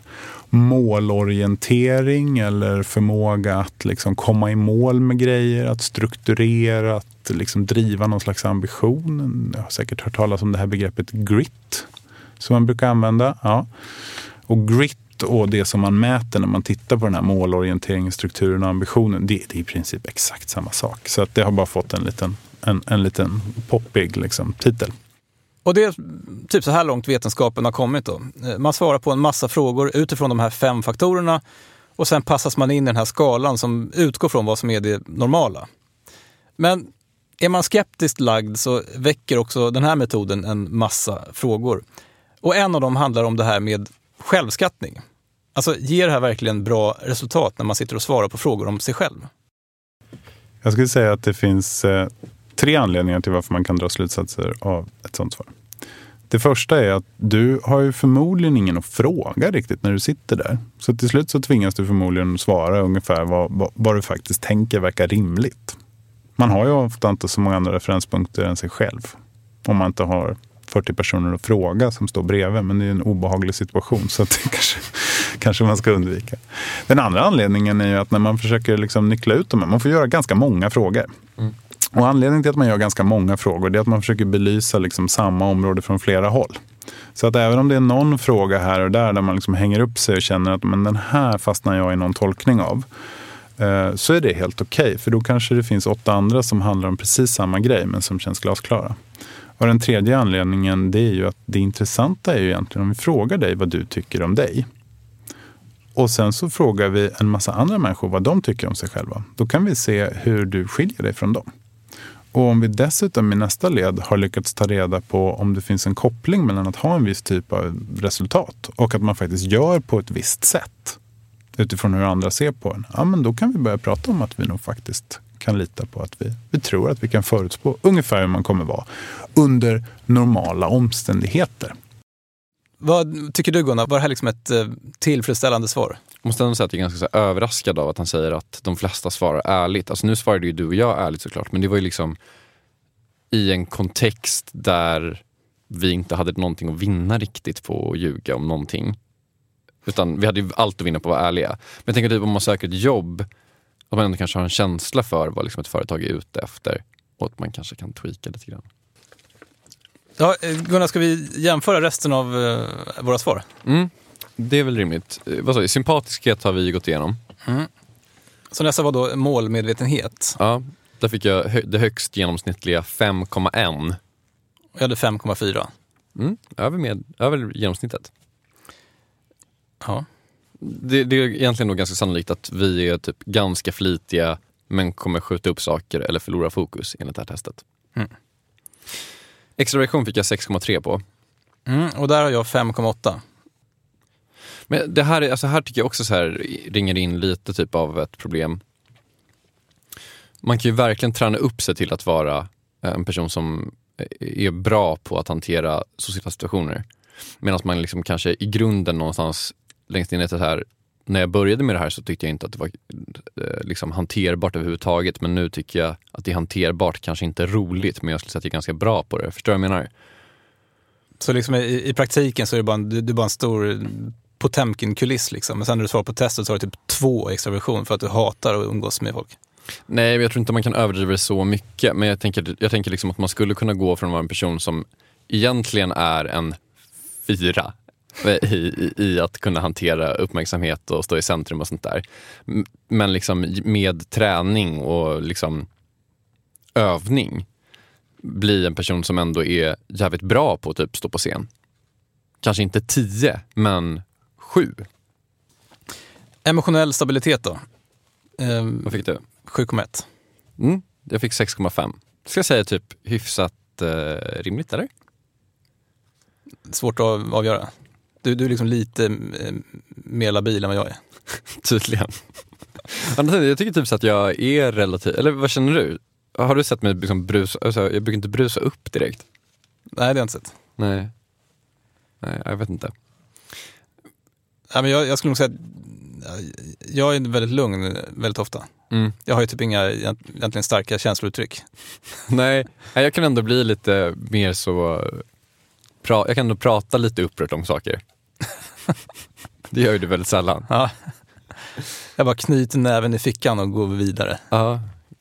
målorientering eller förmåga att liksom komma i mål med grejer, att strukturera, att liksom driva någon slags ambition. Jag har säkert hört talas om det här begreppet grit som man brukar använda. Ja. Och grit och det som man mäter när man tittar på den här målorienteringen, strukturen och ambitionen, det, det är i princip exakt samma sak. Så att det har bara fått en liten, en, en liten poppig liksom, titel. Och det är typ så här långt vetenskapen har kommit då. Man svarar på en massa frågor utifrån de här fem faktorerna och sen passas man in i den här skalan som utgår från vad som är det normala. Men är man skeptiskt lagd så väcker också den här metoden en massa frågor. Och en av dem handlar om det här med självskattning. Alltså ger det här verkligen bra resultat när man sitter och svarar på frågor om sig själv? Jag skulle säga att det finns eh, tre anledningar till varför man kan dra slutsatser av ett sånt svar. Det första är att du har ju förmodligen ingen att fråga riktigt när du sitter där. Så till slut så tvingas du förmodligen svara ungefär vad, vad, vad du faktiskt tänker verkar rimligt. Man har ju ofta inte så många andra referenspunkter än sig själv. Om man inte har fyrtio personer att fråga som står bredvid, men det är en obehaglig situation så att det kanske, kanske man ska undvika. Den andra anledningen är ju att när man försöker liksom nyckla ut dem, man får göra ganska många frågor. Mm. Och anledningen till att man gör ganska många frågor det är att man försöker belysa liksom samma område från flera håll. Så att även om det är någon fråga här och där där man liksom hänger upp sig och känner att men den här fastnar jag i någon tolkning av, eh, så är det helt okej. Okay, för då kanske det finns åtta andra som handlar om precis samma grej men som känns glasklara. Och den tredje anledningen det är ju att det intressanta är ju egentligen om vi frågar dig vad du tycker om dig. Och sen så frågar vi en massa andra människor vad de tycker om sig själva. Då kan vi se hur du skiljer dig från dem. Och om vi dessutom i nästa led har lyckats ta reda på om det finns en koppling mellan att ha en viss typ av resultat och att man faktiskt gör på ett visst sätt utifrån hur andra ser på en, ja men då kan vi börja prata om att vi nog faktiskt kan lita på att vi, vi tror att vi kan förutspå ungefär hur man kommer vara under normala omständigheter. Vad tycker du Gunnar? Var det här liksom ett eh, tillfredsställande svar? Jag måste ändå säga att jag är ganska så här överraskad av att han säger att de flesta svarar ärligt. Alltså nu svarade ju du och jag ärligt såklart, men det var ju liksom i en kontext där vi inte hade någonting att vinna riktigt på att ljuga om någonting. Utan vi hade ju allt att vinna på att vara ärliga. Men jag tänker typ om man söker ett jobb, att man ändå kanske har en känsla för vad liksom ett företag är ute efter och att man kanske kan tweaka lite grann. Ja, Gunnar, ska vi jämföra resten av uh, våra svar? Mm, det är väl rimligt. Vad sa vi? Sympatiskhet har vi gått igenom. Mm. Så nästa var då målmedvetenhet. Ja, där fick jag hö- det högst genomsnittliga fem komma ett. Jag hade fem komma fyra. Mm, över, med, över genomsnittet. Ja. Det, det är egentligen nog ganska sannolikt att vi är typ ganska flitiga men kommer skjuta upp saker eller förlora fokus enligt det här testet. Mm. Extraversion fick jag sex komma tre på. Mm, och där har jag fem komma åtta. Men det här, är, alltså här tycker jag också så här ringer in lite typ av ett problem. Man kan ju verkligen träna upp sig till att vara en person som är bra på att hantera sociala situationer. Medan man liksom kanske i grunden någonstans längst in i det här, när jag började med det här så tyckte jag inte att det var liksom hanterbart överhuvudtaget. Men nu tycker jag att det är hanterbart, kanske inte roligt, men jag skulle säga att jag är ganska bra på det. Förstår du vad jag menar? Så liksom i, i praktiken så är det bara en, du, du är bara en stor Potemkin-kuliss liksom. Men sen när du svarar på testet så har du typ två extraversion för att du hatar att umgås med folk. Nej, men jag tror inte man kan överdriva det så mycket. Men jag tänker, jag tänker liksom att man skulle kunna gå från att vara en person som egentligen är en fyra i, i, i att kunna hantera uppmärksamhet och stå i centrum och sånt där. Men liksom med träning och liksom övning bli en person som ändå är jävligt bra på att typ stå på scen. Kanske inte tio, men sju. Emotionell stabilitet då? Ehm, Vad fick du? sju komma ett. Mm, jag fick sex komma fem. Ska jag säga typ hyfsat eh, rimligt, eller? Svårt att avgöra. Du, du är liksom lite eh, mer labil än vad jag är. Tydligen. Jag tycker typ så att jag är relativt... Eller vad känner du? Har du sett mig liksom brusa... Alltså, jag brukar inte brusa upp direkt. Nej, det har jag inte sett. Nej. Nej, jag vet inte. Ja, men jag, jag skulle nog säga att jag är väldigt lugn väldigt ofta. Mm. Jag har ju typ inga egentligen starka känslouttryck. Nej, jag kan ändå bli lite mer så... Pra, jag kan ändå prata lite upprört om saker. Det gör ju det väldigt sällan. Ja. Jag bara knyter näven i fickan och går vidare. Ja.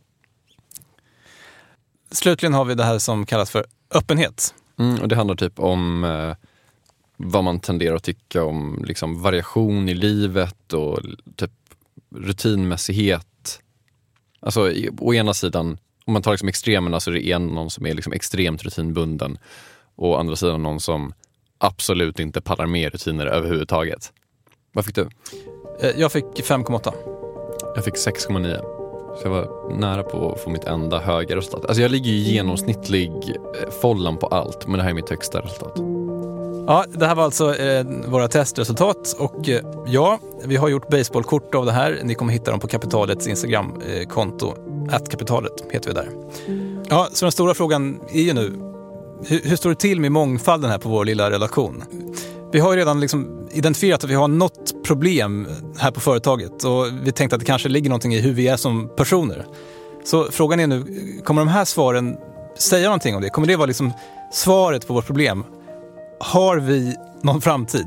Slutligen har vi det här som kallas för öppenhet. Mm, och det handlar typ om eh, vad man tenderar att tycka om liksom, variation i livet och typ rutinmässighet. Alltså i, å ena sidan, om man tar liksom extremerna så är det en någon som är liksom extremt rutinbunden och å andra sidan någon som absolut inte pallar med rutiner överhuvudtaget. Vad fick du? Jag fick fem komma åtta. Jag fick sex komma nio. Så jag var nära på att få mitt enda höga resultat. Alltså jag ligger ju genomsnittlig follan på allt, men det här är mitt högsta resultat. Ja, det här var alltså eh, våra testresultat och eh, ja, vi har gjort baseballkort av det här. Ni kommer hitta dem på Kapitalets Instagram-konto. At Kapitalet heter vi där. Ja, så den stora frågan är ju nu, hur, hur står det till med mångfalden här på vår lilla relation? Vi har ju redan liksom identifierat att vi har något problem här på företaget och vi tänkte att det kanske ligger någonting i hur vi är som personer. Så frågan är nu, kommer de här svaren säga någonting om det? Kommer det vara liksom svaret på vårt problem. Har vi någon framtid?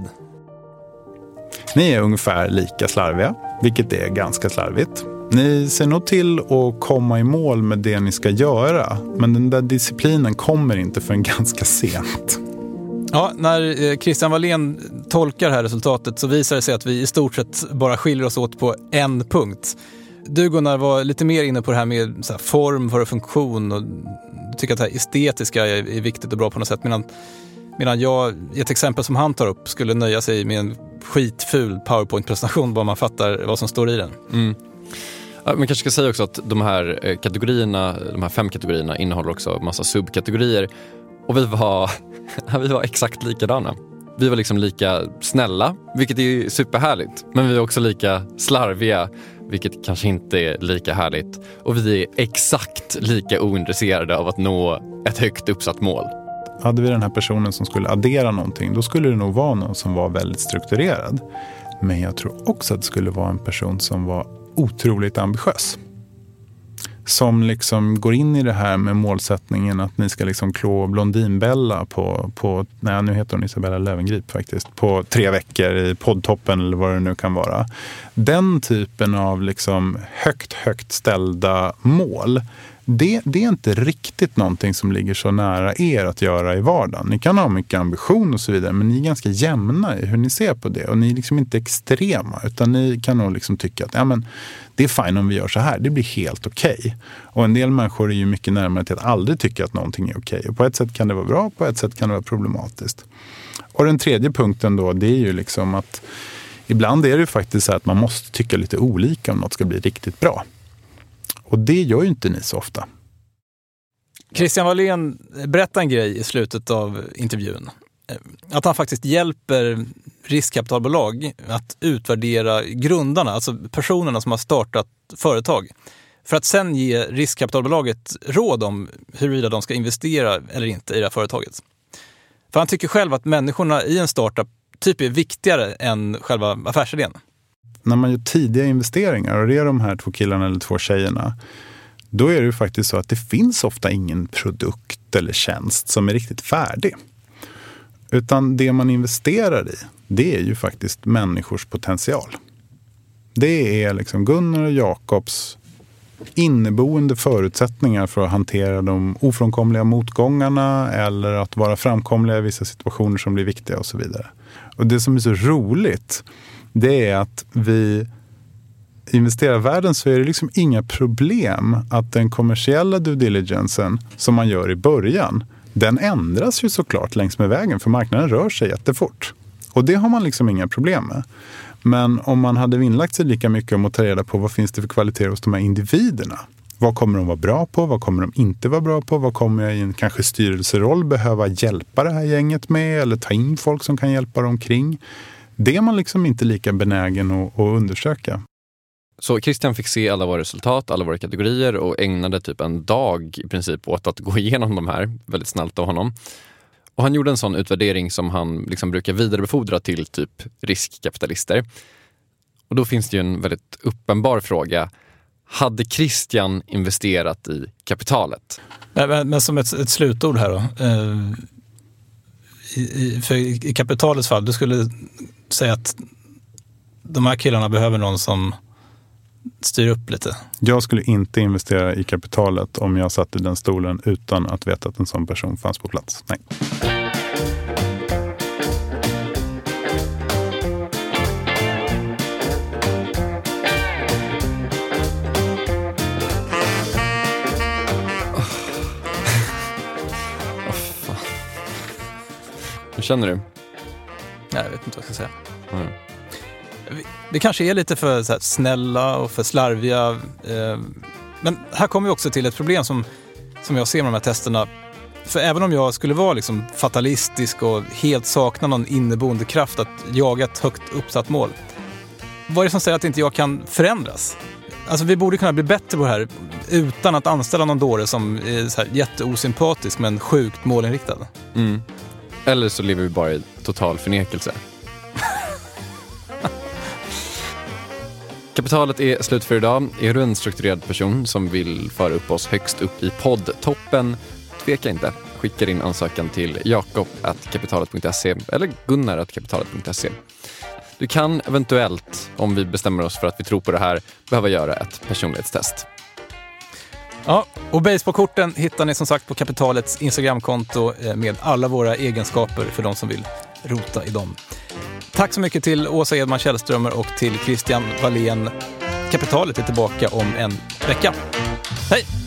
Ni är ungefär lika slarviga, vilket är ganska slarvigt. Ni ser nog till att komma i mål med det ni ska göra, men den där disciplinen kommer inte förrän ganska sent. Ja, när Christian Wallén tolkar det här resultatet så visar det sig att vi i stort sett bara skiljer oss åt på en punkt. Du, Gunnar, var lite mer inne på det här med så här, form för funktion och du tycker att det här estetiska är, är viktigt och bra på något sätt, medan, medan jag, i ett exempel som han tar upp, skulle nöja sig med en skitful PowerPoint-presentation bara man fattar vad som står i den. Mm. Ja, men kanske ska säga också att de här kategorierna, de här fem kategorierna innehåller också massa subkategorier. Och vi var, vi var exakt likadana. Vi var liksom lika snälla, vilket är superhärligt. Men vi är också lika slarviga, vilket kanske inte är lika härligt. Och vi är exakt lika ointresserade av att nå ett högt uppsatt mål. Hade vi den här personen som skulle addera någonting, då skulle det nog vara någon som var väldigt strukturerad. Men jag tror också att det skulle vara en person som var otroligt ambitiös. Som liksom går in i det här med målsättningen att ni ska liksom klå Blondinbella på, på nej, nu heter hon Isabella Löwengrip faktiskt, på tre veckor i poddtoppen eller vad det nu kan vara. Den typen av liksom högt, högt ställda mål, det, det är inte riktigt någonting som ligger så nära er att göra i vardagen. Ni kan ha mycket ambition och så vidare, men ni är ganska jämna i hur ni ser på det. Och ni är liksom inte extrema, utan ni kan nog liksom tycka att ja, men det är fine om vi gör så här. Det blir helt okej. Okay. Och en del människor är ju mycket närmare till att aldrig tycka att någonting är okej. Okay. Och på ett sätt kan det vara bra, på ett sätt kan det vara problematiskt. Och den tredje punkten då, det är ju liksom att ibland är det ju faktiskt så att man måste tycka lite olika om något ska bli riktigt bra. Och det gör ju inte ni så ofta. Christian Wallén berättar en grej i slutet av intervjun. Att han faktiskt hjälper riskkapitalbolag att utvärdera grundarna, alltså personerna som har startat företag. För att sen ge riskkapitalbolaget råd om huruvida de ska investera eller inte i det här företaget. För han tycker själv att människorna i en startup typ är viktigare än själva affärsidén. När man gör tidiga investeringar, och det är de här två killarna eller två tjejerna, då är det ju faktiskt så att det finns ofta ingen produkt eller tjänst som är riktigt färdig. Utan det man investerar i, det är ju faktiskt människors potential. Det är liksom Gunnar och Jakobs inneboende förutsättningar för att hantera de ofrånkomliga motgångarna eller att vara framkomliga i vissa situationer som blir viktiga och så vidare. Och det som är så roligt, det är att vi i investerarvärlden så är det liksom inga problem att den kommersiella due diligencen som man gör i början, den ändras ju såklart längs med vägen, för marknaden rör sig jättefort. Och det har man liksom inga problem med. Men om man hade vinnlagt sig lika mycket om att ta reda på vad finns det för kvaliteter hos de här individerna. Vad kommer de vara bra på? Vad kommer de inte vara bra på? Vad kommer jag i en kanske styrelseroll behöva hjälpa det här gänget med? Eller ta in folk som kan hjälpa dem kring? Det är man liksom inte lika benägen att, att undersöka. Så Christian fick se alla våra resultat, alla våra kategorier och ägnade typ en dag i princip åt att gå igenom de här, väldigt snällt av honom. Och han gjorde en sån utvärdering som han liksom brukar vidarebefordra till typ riskkapitalister. Och då finns det ju en väldigt uppenbar fråga. Hade Christian investerat i kapitalet? Men, men som ett, ett slutord här då. Eh, i, för i kapitalets fall, du skulle säga att de här killarna behöver någon som styr upp lite. Jag skulle inte investera i kapitalet om jag satt i den stolen utan att veta att en sån person fanns på plats. Nej. Hur känner du? Nej, jag vet inte vad jag ska säga. Mm. Vi, vi kanske är lite för så här, snälla och för slarviga. Eh, men här kommer vi också till ett problem som, som jag ser med de här testerna. För även om jag skulle vara liksom fatalistisk och helt sakna någon inneboende kraft att jaga ett högt uppsatt mål. Vad är det som säger att inte jag kan förändras? Alltså vi borde kunna bli bättre på det här utan att anställa någon dåre som är så här jätteosympatisk men sjukt målinriktad. Mm. Eller så lever vi bara i total förnekelse. Kapitalet är slut för idag. Är du en strukturerad person som vill föra upp oss högst upp i poddtoppen? Tveka inte. skicka din ansökan till jakob at kapitalet punkt se eller gunnar at kapitalet punkt se. Du kan eventuellt, om vi bestämmer oss för att vi tror på det här, behöva göra ett personlighetstest. Ja, och baseballkorten hittar ni som sagt på Kapitalets Instagramkonto med alla våra egenskaper för de som vill rota i dem. Tack så mycket till Åsa Edman Källströmer och till Christian Wallén. Kapitalet är tillbaka om en vecka. Hej!